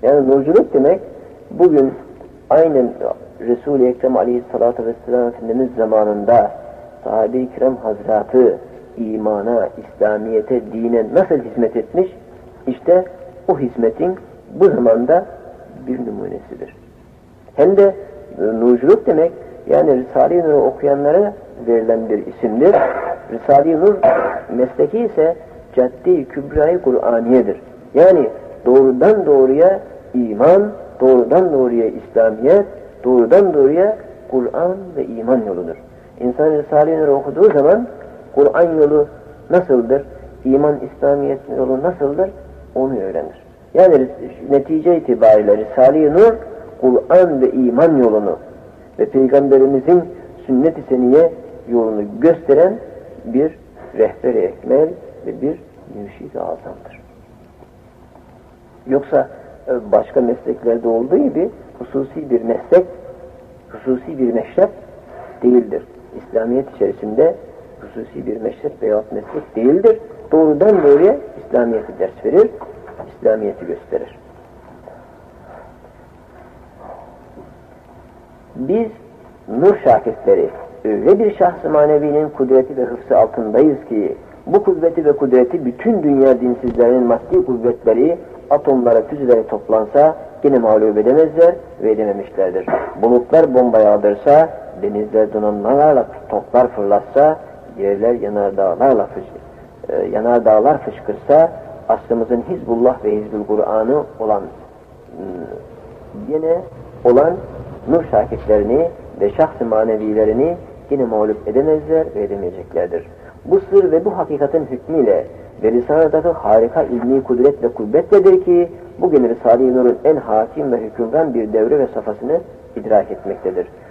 Yani nurculuk demek, bugün aynen Resul-i Ekrem aleyhissalatu vesselam Efendimiz zamanında sahabe-i kiram hazretı imana, İslamiyete, dine nasıl hizmet etmiş, işte o hizmetin bu zamanda bir numunesidir. Hem de nurculuk demek, yani Risale-i Nur'u okuyanlara verilen bir isimdir. Risale-i Nur mesleki ise Cadde-i Kübra-i Kur'aniyedir. Yani doğrudan doğruya iman, doğrudan doğruya İslamiyet, doğrudan doğruya Kur'an ve iman yoludur. İnsan Risale-i Nur'u okuduğu zaman Kur'an yolu nasıldır, iman, İslamiyet yolu nasıldır onu öğrenir. Yani netice itibariyle Risale-i Nur, Kur'an ve iman yolunu ve Peygamberimizin sünnet-i seniye yolunu gösteren bir rehber-i ekmel ve bir mürşid-i azamdır. Yoksa başka mesleklerde olduğu gibi hususi bir meslek, hususi bir meşrep değildir. İslamiyet içerisinde hususi bir meşrep veya meslek değildir. Doğrudan doğruya İslamiyet'i ders verir, İslamiyet'i gösterir. Biz nur şakirtleri öyle bir şahs-ı manevinin kudreti ve hıfzı altındayız ki bu kuvveti ve kudreti bütün dünya dinsizlerinin maddi kuvvetleri, atomlara, füzelere toplansa yine mağlup edemezler ve edememişlerdir. Bulutlar bomba yağdırsa, denizler donanmalarla toplar fırlatsa, yerler yanardağlar fışkırsa, asrımızın Hizbullah ve Hizbul Kur'an'ı olan nur şakirtlerini ve şahs-ı manevilerini yine mağlup edemezler ve edemeyeceklerdir. Bu sır ve bu hakikatin hükmüyle ve Risale'deki harika ilmi kudret ve kuvvetledir ki bugün Risale-i Nur'un en hakim ve hükümran bir devre ve safhasını idrak etmektedir.